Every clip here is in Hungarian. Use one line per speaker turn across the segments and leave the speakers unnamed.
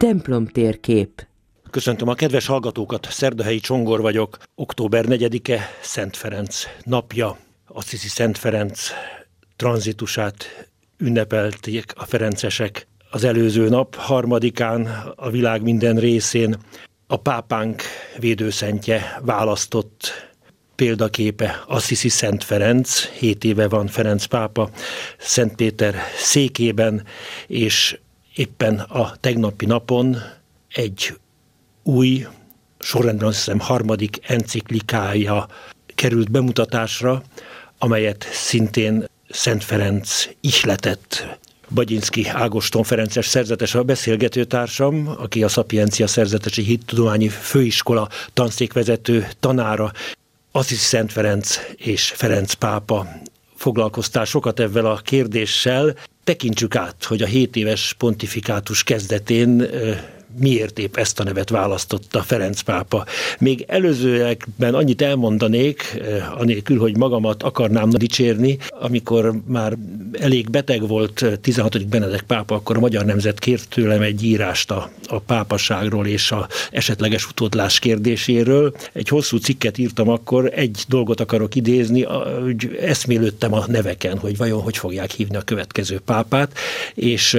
Templomtérkép.
Köszöntöm a kedves hallgatókat, Szerdahelyi Csongor vagyok. Október 4-e Szent Ferenc napja. Assisi Szent Ferenc tranzitusát ünnepelték a ferencesek az előző nap, 3-án a világ minden részén. A pápánk védőszentje választott példaképe Assisi Szent Ferenc, 7 éve van Ferenc pápa Szent Péter székében, és éppen a tegnapi napon egy új, sorrendben azt hiszem 3. enciklikája került bemutatásra, amelyet szintén Szent Ferenc ihletett. Bagyinszky Ágoston ferences szerzetes a beszélgetőtársam, aki a Szapiencia Szerzetesi Hittudományi Főiskola tanszékvezető tanára. Assisi Szent Ferenc és Ferenc pápa foglalkoztál sokat ezzel a kérdéssel. Tekintsük át, hogy a 7 éves pontifikátus kezdetén miért épp ezt a nevet választotta Ferenc pápa. Még előzőekben annyit elmondanék, anélkül, hogy magamat akarnám dicsérni, amikor már elég beteg volt 16. Benedek pápa, akkor a Magyar Nemzet kért tőlem egy írást a pápaságról és a esetleges utódlás kérdéséről. Egy hosszú cikket írtam akkor, egy dolgot akarok idézni, hogy eszmélődtem a neveken, hogy vajon hogy fogják hívni a következő pápát, és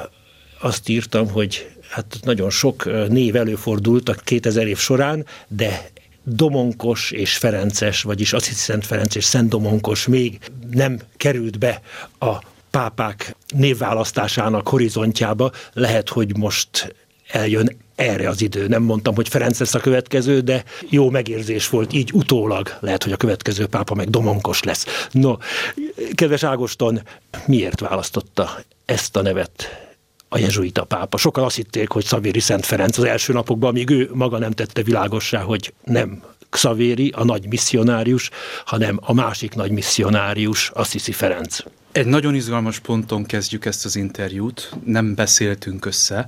azt írtam, hogy hát nagyon sok név előfordult a 2000 év során, de Domonkos és Ferences, vagyis Assisi Szent Ferenc és Szent Domonkos még nem került be a pápák névválasztásának horizontjába. Lehet, hogy most eljön erre az idő. Nem mondtam, hogy Ferenc lesz a következő, de jó megérzés volt, így utólag lehet, hogy a következő pápa meg Domonkos lesz. No, kedves Ágoston, miért választotta ezt a nevet a jezsuita pápa? Sokan azt hitték, hogy Xavéri Szent Ferenc az első napokban, míg ő maga nem tette világossá, hogy nem Xavéri, a nagy misszionárius, hanem a másik nagy misszionárius, Assisi Ferenc.
Egy nagyon izgalmas ponton kezdjük ezt az interjút, nem beszéltünk össze,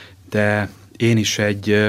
de én is egy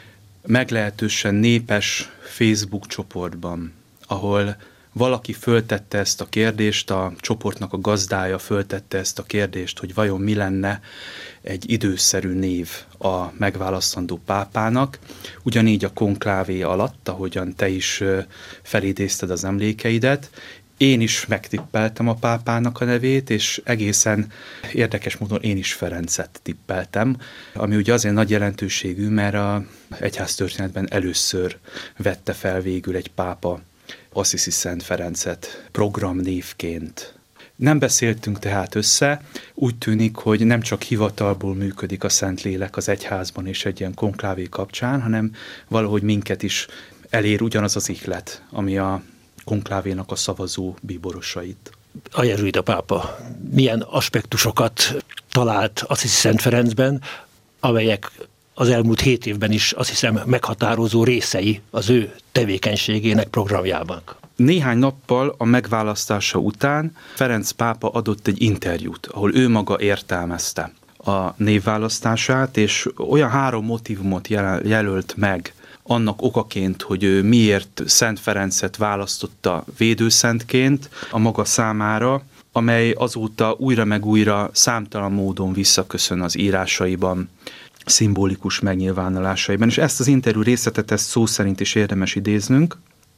meglehetősen népes Facebook csoportban, ahol valaki föltette ezt a kérdést, a csoportnak a gazdája föltette ezt a kérdést, hogy vajon mi lenne egy időszerű név a megválasztandó pápának. Ugyanígy a konklávé alatt, ahogyan te is felidézted az emlékeidet, én is megtippeltem a pápának a nevét, és egészen érdekes módon én is Ferencet tippeltem, ami ugye azért nagy jelentőségű, mert az egyháztörténetben először vette fel végül egy pápa Assisi Szent Ferencet programnévként. Nem beszéltünk tehát össze, úgy tűnik, hogy nem csak hivatalból működik a Szentlélek az egyházban és egy ilyen konklávé kapcsán, hanem valahogy minket is elér ugyanaz az ihlet, ami a konklávénak a szavazó bíborosait.
A jezsuita pápa milyen aspektusokat talált Assisi Szent Ferencben, amelyek az elmúlt 7 évben is azt hiszem meghatározó részei az ő tevékenységének programjában.
Néhány nappal a megválasztása után Ferenc pápa adott egy interjút, ahol ő maga értelmezte a névválasztását, és olyan 3 motívumot jelölt meg annak okaként, hogy ő miért Szent Ferencet választotta védőszentként a maga számára, amely azóta újra meg újra számtalan módon visszaköszön az írásaiban, szimbolikus megnyilvánulásaiban. És ezt az interjú részletet, ezt szó szerint is érdemes idéznünk.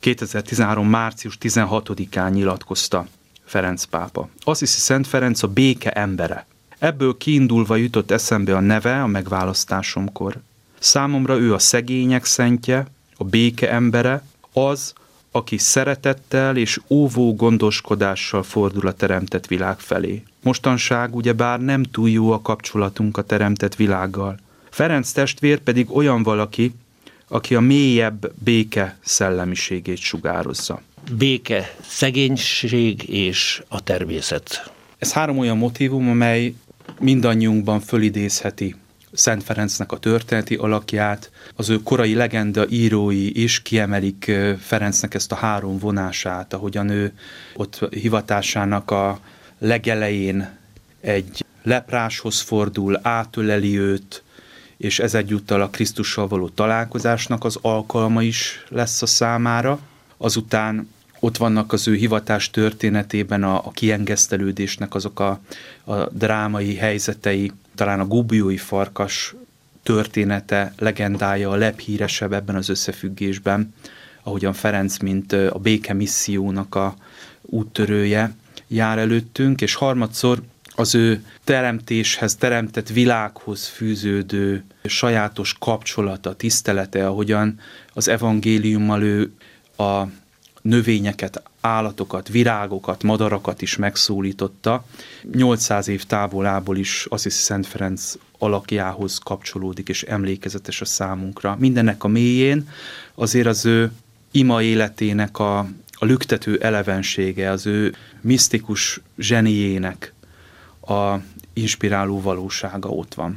2013. március 16-án nyilatkozta Ferenc pápa. Assisi Szent Ferenc a béke embere. Ebből kiindulva jutott eszembe a neve a megválasztásomkor. Számomra ő a szegények szentje, a béke embere, az, aki szeretettel és óvó gondoskodással fordul a teremtett világ felé. Mostanság ugyebár nem túl jó a kapcsolatunk a teremtett világgal. Ferenc testvér pedig olyan valaki, aki a mélyebb béke szellemiségét sugározza.
Béke, szegénység és a természet.
Ez 3 olyan motívum, amely mindannyiunkban fölidézheti Szent Ferencnek a történeti alakját. Az ő korai legenda írói is kiemelik Ferencnek ezt a 3 vonását, ahogyan ő ott hivatásának a legelején egy lepráshoz fordul, átöleli őt, és ez egyúttal a Krisztussal való találkozásnak az alkalma is lesz a számára. Azután ott vannak az ő hivatás történetében a kiengesztelődésnek azok a drámai helyzetei, talán a Gubbjói farkas története, legendája a leghíresebb ebben az összefüggésben, ahogyan Ferenc, mint a béke missziónak a úttörője jár előttünk, és harmadszor az ő teremtéshez, teremtett világhoz fűződő sajátos kapcsolata, tisztelete, ahogyan az evangéliummal ő a növényeket, állatokat, virágokat, madarakat is megszólította. 800 év távolából is Assisi Szent Ferenc alakjához kapcsolódik, és emlékezetes a számunkra. Mindennek a mélyén azért az ő ima életének a lüktető elevensége, az ő misztikus zseniének a inspiráló valósága ott van.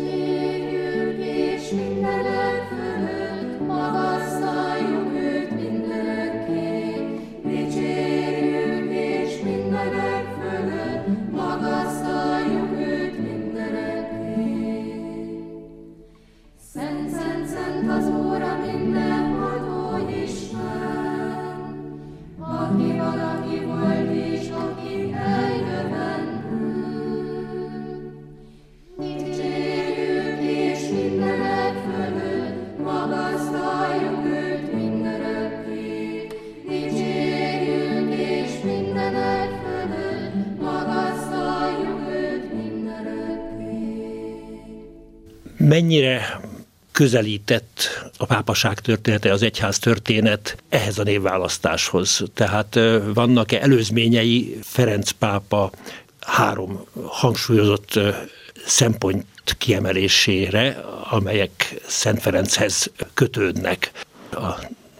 Mennyire közelített a pápaság története, az egyház történet ehhez a névválasztáshoz? Tehát vannak-e előzményei Ferenc pápa 3 hangsúlyozott szempont kiemelésére, amelyek Szent Ferenchez kötődnek a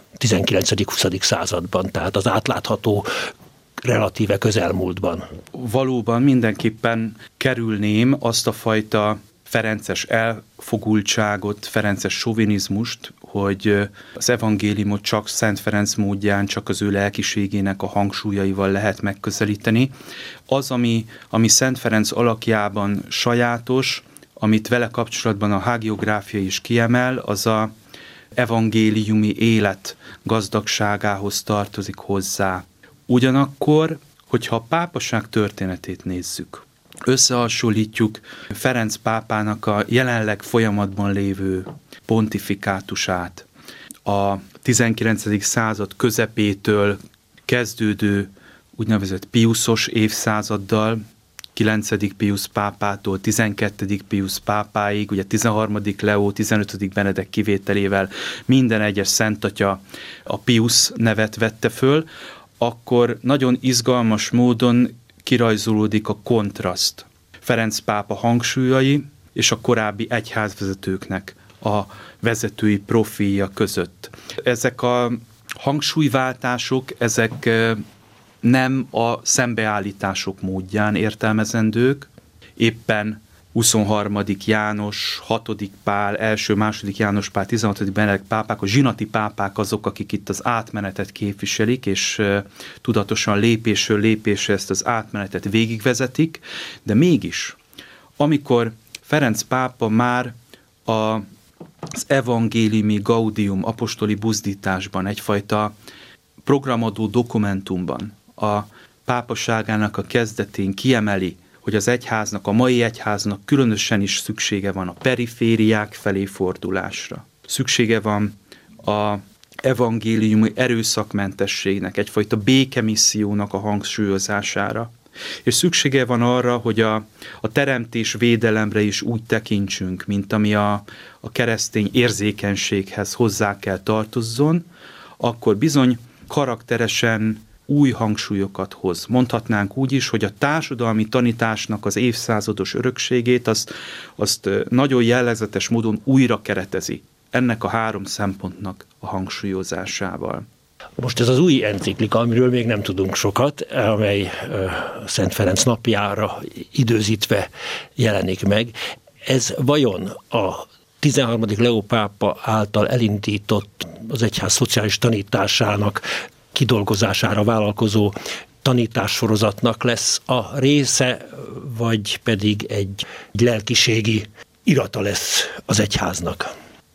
19.-20. században, tehát az átlátható relatíve közelmúltban?
Valóban mindenképpen kerülném azt a fajta ferences elfogultságot, ferences sovinizmust, hogy az evangéliumot csak Szent Ferenc módján, csak az ő lelkiségének a hangsúlyaival lehet megközelíteni. Az, ami Szent Ferenc alakjában sajátos, amit vele kapcsolatban a hagiográfia is kiemel, az a evangéliumi élet gazdagságához tartozik hozzá. Ugyanakkor, hogyha a pápaság történetét nézzük, összehasonlítjuk Ferenc pápának a jelenleg folyamatban lévő pontifikátusát, a 19. század közepétől kezdődő úgynevezett Piuszos évszázaddal, 9. Piusz pápától 12. Piusz pápáig, ugye 13. Leó, 15. Benedek kivételével minden egyes szentatya a Piusz nevet vette föl, akkor nagyon izgalmas módon kirajzolódik a kontraszt Ferenc pápa hangsúlyai és a korábbi egyházvezetőknek a vezetői profilja között. Ezek a hangsúlyváltások, ezek nem a szembeállítások módján értelmezendők, éppen 23. János, 6. Pál, 1., 2. János Pál, 16. Benedek pápák, a zsinati pápák azok, akik itt az átmenetet képviselik, és tudatosan lépésről lépésre ezt az átmenetet végigvezetik, de mégis, amikor Ferenc pápa már az evangéliumi gaudium apostoli buzdításban, egyfajta programadó dokumentumban a pápaságának a kezdetén kiemeli, hogy az egyháznak, a mai egyháznak különösen is szüksége van a perifériák felé fordulásra. Szüksége van a evangéliumi erőszakmentességnek, egyfajta békemissziónak a hangsúlyozására. És szüksége van arra, hogy a teremtés védelemre is úgy tekintsünk, mint ami a keresztény érzékenységhez hozzá kell tartozzon, akkor bizony karakteresen új hangsúlyokat hoz. Mondhatnánk úgy is, hogy a társadalmi tanításnak az évszázados örökségét azt nagyon jellegzetes módon újra keretezi ennek a 3 szempontnak a hangsúlyozásával.
Most ez az új enciklika, amiről még nem tudunk sokat, amely Szent Ferenc napjára időzítve jelenik meg, ez vajon a 13. Leó pápa által elindított az egyház szociális tanításának kidolgozására vállalkozó tanítássorozatnak lesz a része, vagy pedig egy lelkiségi irata lesz az egyháznak?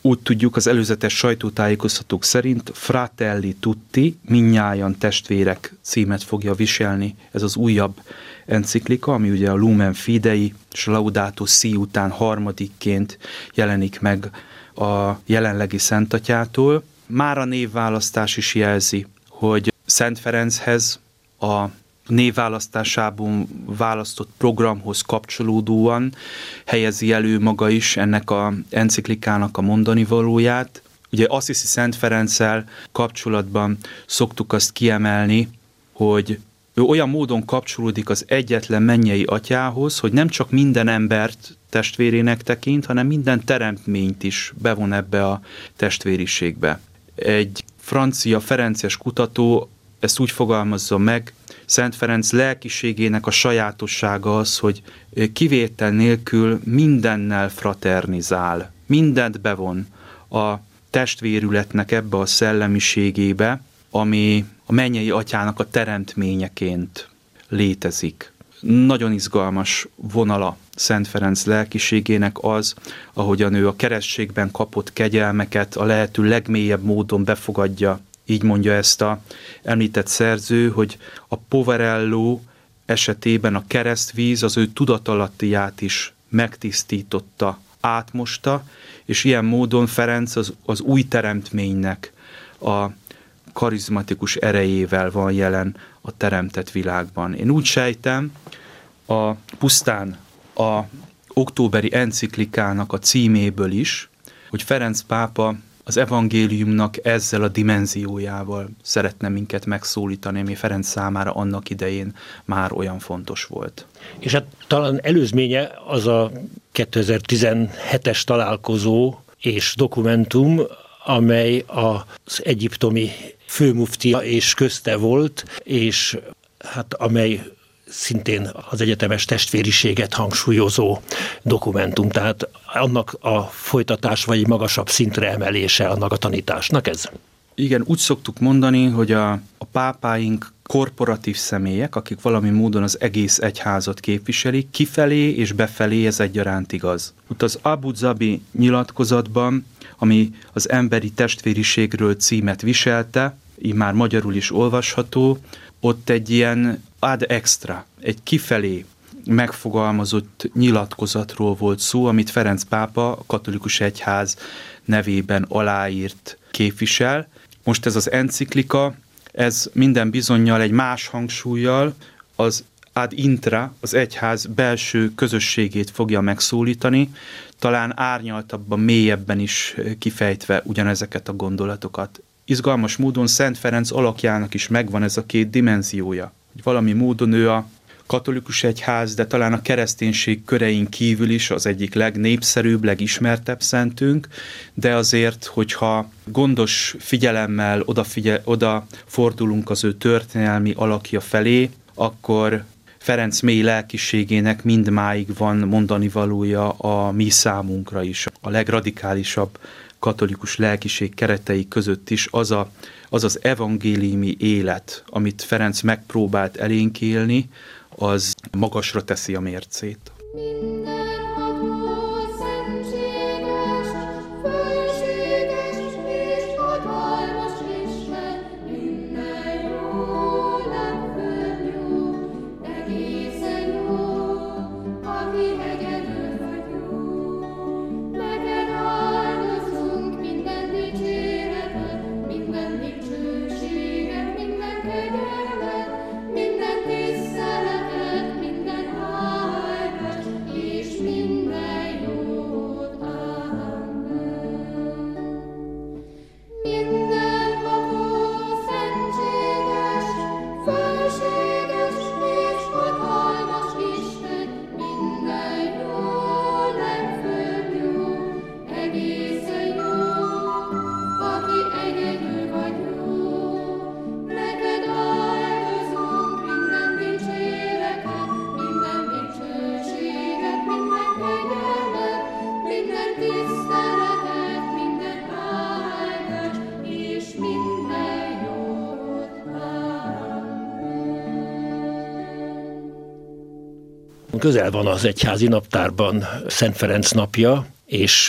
úgy tudjuk, az előzetes sajtótájékoztatók szerint Fratelli Tutti, mindnyájan testvérek címet fogja viselni ez az újabb enciklika, ami ugye a Lumen Fidei és a Laudato Si után harmadikként jelenik meg a jelenlegi Szentatyától. Már a névválasztás is jelzi, hogy Szent Ferenchez a névválasztásában választott programhoz kapcsolódóan helyezi elő maga is ennek az enciklikának a mondani valóját. Ugye Assisi Szent Ferenccel kapcsolatban szoktuk azt kiemelni, hogy ő olyan módon kapcsolódik az egyetlen mennyei atyához, hogy nem csak minden embert testvérének tekint, hanem minden teremtményt is bevon ebbe a testvériségbe. Egy francia ferences kutató ezt úgy fogalmazza meg, Szent Ferenc lelkiségének a sajátossága az, hogy kivétel nélkül mindennel fraternizál, mindent bevon a testvérületnek ebbe a szellemiségébe, ami a mennyei atyának a teremtményeként létezik. Nagyon izgalmas vonala Szent Ferenc lelkiségének az, ahogyan ő a keresztségben kapott kegyelmeket a lehető legmélyebb módon befogadja. Így mondja ezt a említett szerző, hogy a Poverello esetében a keresztvíz az ő tudatalattiát is megtisztította, átmosta, és ilyen módon Ferenc az új teremtménynek a karizmatikus erejével van jelen a teremtett világban. Én úgy sejtem, pusztán a októberi enciklikának a címéből is, hogy Ferenc pápa az evangéliumnak ezzel a dimenziójával szeretne minket megszólítani, ami Ferenc számára annak idején már olyan fontos volt.
És hát talán előzménye az a 2017-es találkozó és dokumentum, amely az egyiptomi főmuftia és közte volt, és hát amely szintén az egyetemes testvériséget hangsúlyozó dokumentum, tehát annak a folytatás vagy magasabb szintre emelése annak a tanításnak ez?
Igen, úgy szoktuk mondani, hogy a pápáink korporatív személyek, akik valami módon az egész egyházat képviselik, kifelé és befelé ez egyaránt igaz. Ott az Abu Zabi nyilatkozatban, ami az emberi testvériségről címet viselte, így már magyarul is olvasható, ott egy ilyen ad extra, egy kifelé megfogalmazott nyilatkozatról volt szó, amit Ferenc pápa a katolikus egyház nevében aláírt képvisel. Most ez az enciklika, ez minden bizonnyal egy más hangsúllyal az ad intra, az egyház belső közösségét fogja megszólítani, talán árnyaltabban, mélyebben is kifejtve ugyanezeket a gondolatokat. Izgalmas módon Szent Ferenc alakjának is megvan ez a két dimenziója. Hogy valami módon ő a katolikus egyház, de talán a kereszténység körein kívül is az egyik legnépszerűbb, legismertebb szentünk, de azért, hogyha gondos figyelemmel odafordulunk az ő történelmi alakja felé, akkor Ferenc mély lelkiségének mindmáig van mondani valója a mi számunkra is. A legradikálisabb katolikus lelkiség keretei között is az az evangéliumi élet, amit Ferenc megpróbált elénk élni, az magasra teszi a mércét.
Közel van az egyházi naptárban Szent Ferenc napja, és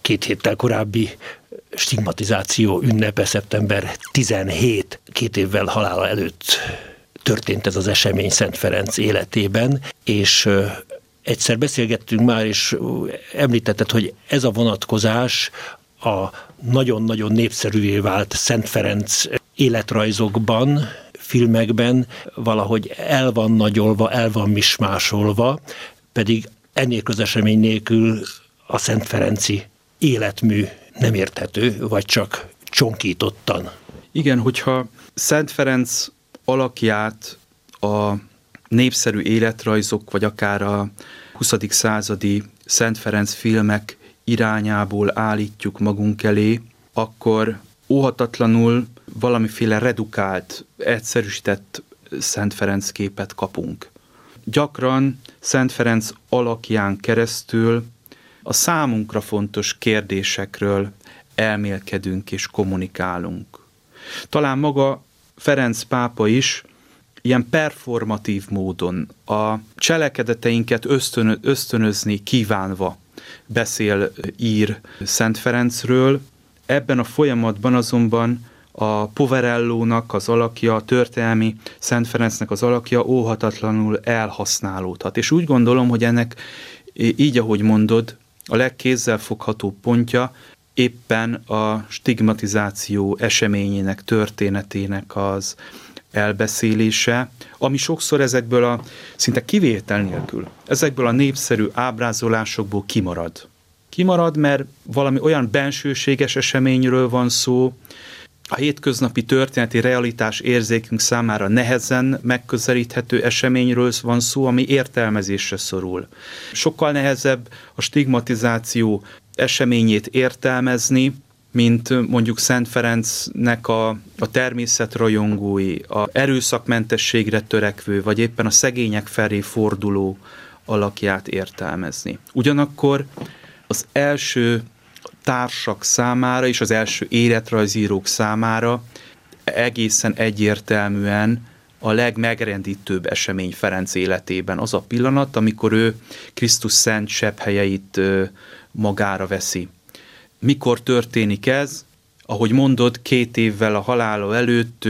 2 héttel korábbi stigmatizáció ünnepe, szeptember 17, 2 évvel halála előtt történt ez az esemény Szent Ferenc életében, és egyszer beszélgettünk már, és említetted, hogy ez a vonatkozás a nagyon-nagyon népszerűvé vált Szent Ferenc életrajzokban, filmekben valahogy el van nagyolva, el van mismásolva, pedig ennél közesemény nélkül a Szent Ferenci életmű nem érthető, vagy csak csonkítottan.
Igen, hogyha Szent Ferenc alakját a népszerű életrajzok, vagy akár a 20. századi Szent Ferenc filmek irányából állítjuk magunk elé, akkor óhatatlanul valamiféle redukált, egyszerűsített Szent Ferenc képet kapunk. Gyakran Szent Ferenc alakján keresztül a számunkra fontos kérdésekről elmélkedünk és kommunikálunk. Talán maga Ferenc pápa is ilyen performatív módon a cselekedeteinket ösztönözni kívánva beszél, ír Szent Ferencről. Ebben a folyamatban azonban a Poverellónak az alakja, a történelmi Szent Ferencnek az alakja óhatatlanul elhasználódhat. És úgy gondolom, hogy ennek így, ahogy mondod, a legkézzelfogható pontja éppen a stigmatizáció eseményének, történetének az elbeszélése, ami sokszor ezekből a szinte kivétel nélkül, ezekből a népszerű ábrázolásokból kimarad. Kimarad, mert valami olyan bensőséges eseményről van szó, a hétköznapi történeti realitás érzékünk számára nehezen megközelíthető eseményről van szó, ami értelmezésre szorul. Sokkal nehezebb a stigmatizáció eseményét értelmezni, mint mondjuk Szent Ferencnek a természetrajongói, a erőszakmentességre törekvő, vagy éppen a szegények felé forduló alakját értelmezni. Ugyanakkor az első társak számára és az első életrajzírók számára egészen egyértelműen a legmegrendítőbb esemény Ferenc életében az a pillanat, amikor ő Krisztus szent sebhelyeit magára veszi. Mikor történik ez? Ahogy mondod, 2 évvel a halála előtt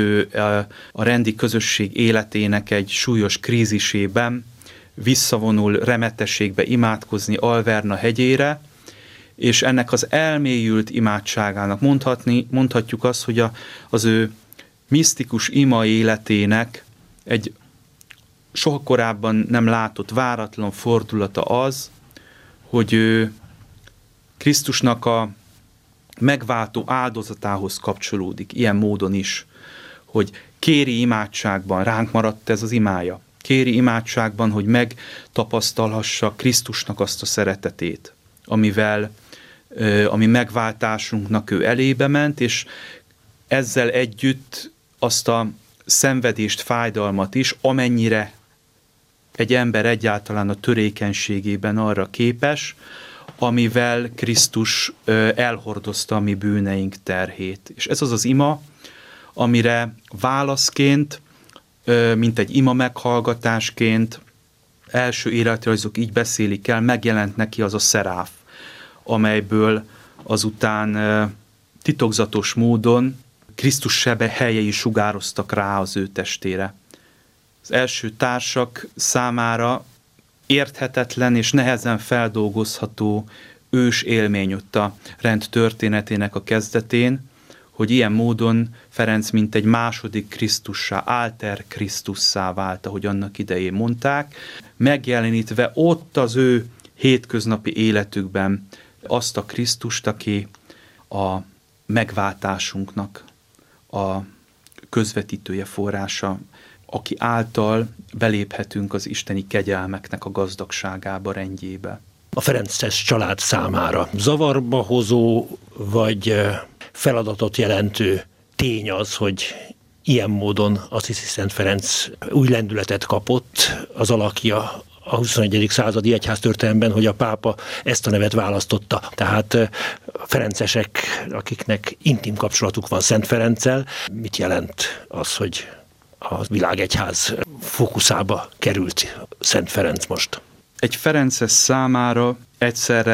a rendi közösség életének egy súlyos krízisében visszavonul remetességbe imádkozni Alverna hegyére, és ennek az elmélyült imádságának mondhatjuk azt, hogy az ő misztikus ima életének egy soha korábban nem látott váratlan fordulata az, hogy ő Krisztusnak a megváltó áldozatához kapcsolódik, ilyen módon is, hogy kéri imádságban, ránk maradt ez az imája, kéri imádságban, hogy megtapasztalhassa Krisztusnak azt a szeretetét, ami megváltásunknak ő elébe ment, és ezzel együtt azt a szenvedést, fájdalmat is, amennyire egy ember egyáltalán a törékenységében arra képes, amivel Krisztus elhordozta a mi bűneink terhét. És ez az az ima, amire válaszként, mint egy ima meghallgatásként, első életrajzok így beszélik el, megjelent neki az a szeráf, amelyből azután titokzatos módon Krisztus sebehelyei sugároztak rá az ő testére. Az első társak számára érthetetlen és nehezen feldolgozható ős élmény ott a rend történetének a kezdetén, hogy ilyen módon Ferenc mint egy második Krisztussá, alter Krisztusszá vált, ahogy annak idején mondták, megjelenítve ott az ő hétköznapi életükben azt a Krisztust, aki a megváltásunknak a közvetítője, forrása, aki által beléphetünk az isteni kegyelmeknek a gazdagságába, rendjébe.
A ferences család számára zavarba hozó, vagy feladatot jelentő tény az, hogy ilyen módon Assisi Szent Ferenc új lendületet kapott az alakja a 21. századi egyháztörténelemben, hogy a pápa ezt a nevet választotta. Tehát ferencesek, akiknek intim kapcsolatuk van Szent Ferenccel, mit jelent az, hogy a világegyház fókuszába került Szent Ferenc most?
Egy ferences számára egyszerre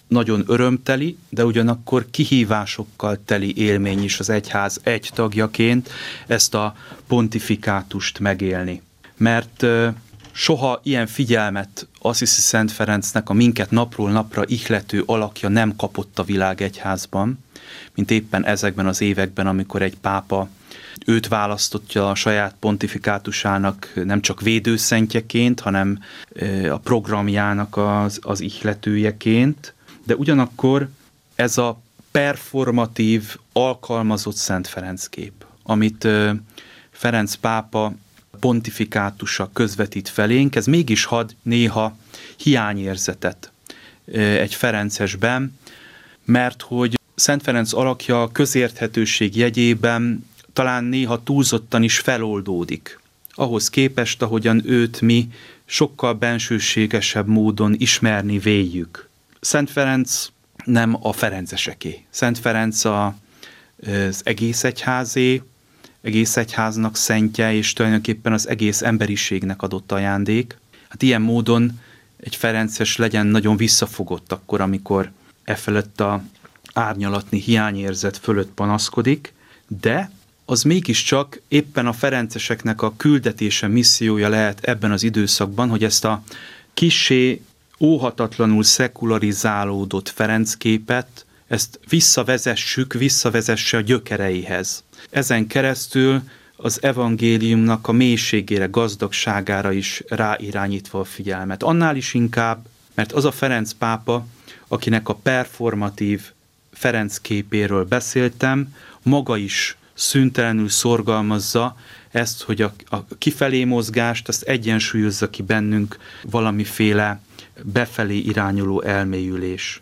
nagyon örömteli, de ugyanakkor kihívásokkal teli élmény is az egyház egy tagjaként ezt a pontifikátust megélni. Mert soha ilyen figyelmet Assisi Szent Ferencnek a minket napról napra ihlető alakja nem kapott a világegyházban, mint éppen ezekben az években, amikor egy pápa őt választotta a saját pontifikátusának nem csak védőszentjeként, hanem a programjának az ihletőjeként, de ugyanakkor ez a performatív, alkalmazott Szent Ferenc kép, amit Ferenc pápa pontifikátusa közvetít felénk, ez mégis had néha hiányérzetet egy ferencesben, mert hogy Szent Ferenc alakja közérthetőség jegyében talán néha túlzottan is feloldódik. Ahhoz képest, ahogyan őt mi sokkal bensőségesebb módon ismerni véljük. Szent Ferenc nem a ferenceseké. Szent Ferenc az egész egyházé, egész egyháznak szentje, és tulajdonképpen az egész emberiségnek adott ajándék. Hát ilyen módon egy ferences legyen nagyon visszafogott akkor, amikor felett a árnyalatni hiányérzet fölött panaszkodik, de az mégiscsak éppen a ferenceseknek a küldetése, missziója lehet ebben az időszakban, hogy ezt a kissé óhatatlanul szekularizálódott Ferenc képet, ezt visszavezesse a gyökereihez. Ezen keresztül az evangéliumnak a mélységére, gazdagságára is ráirányítva a figyelmet. Annál is inkább, mert az a Ferenc pápa, akinek a performatív Ferenc képéről beszéltem, maga is szüntelenül szorgalmazza ezt, hogy a kifelé mozgást, azt egyensúlyozza ki bennünk valamiféle befelé irányuló elmélyülés.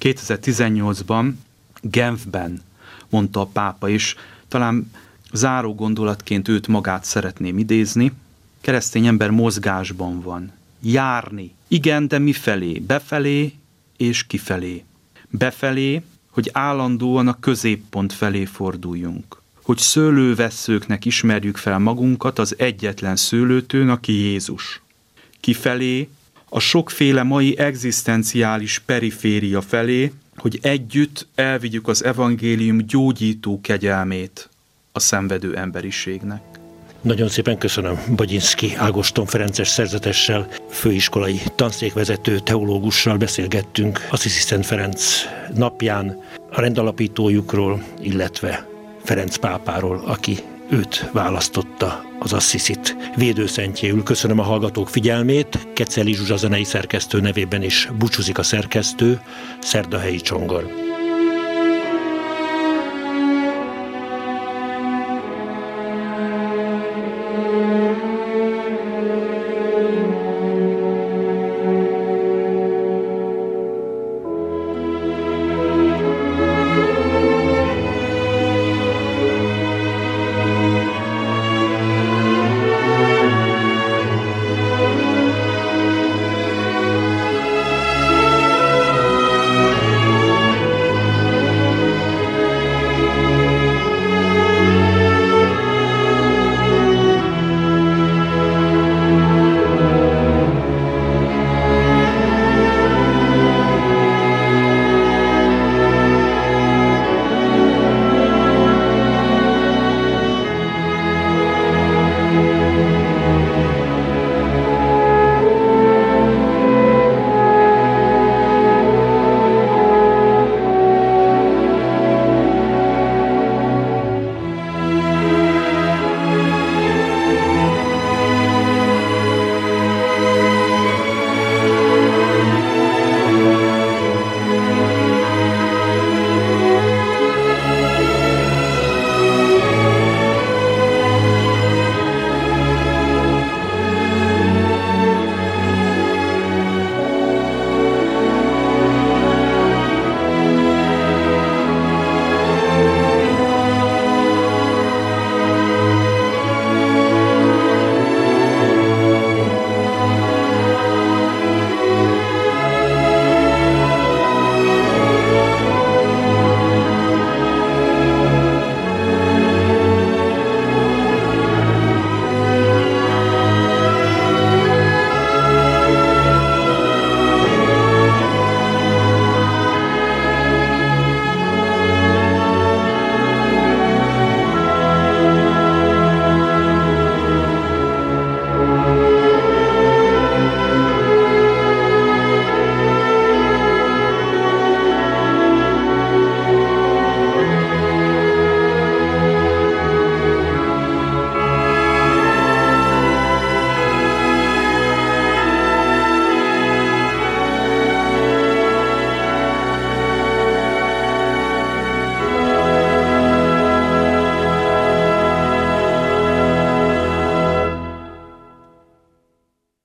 2018-ban Genfben mondta a pápa is, talán záró gondolatként őt magát szeretném idézni, keresztény ember mozgásban van. Járni. Igen, de mifelé? Befelé és kifelé. Befelé, hogy állandóan a középpont felé forduljunk. Hogy szőlővesszőknek ismerjük fel magunkat az egyetlen szőlőtőn, aki Jézus. Kifelé, a sokféle mai egzisztenciális periféria felé, hogy együtt elvigyük az evangélium gyógyító kegyelmét a szenvedő emberiségnek.
Nagyon szépen köszönöm. Bagyinszky Ágoston ferences szerzetessel, főiskolai tanszékvezető teológussal beszélgettünk Assisi Szent Ferenc napján a rendalapítójukról, illetve Ferenc pápáról, aki őt választotta, az Assisit védőszentjéül. Köszönöm a hallgatók figyelmét. Keceli Zsuzsa zenei szerkesztő nevében is búcsúzik a szerkesztő, Szerdahelyi Csongor.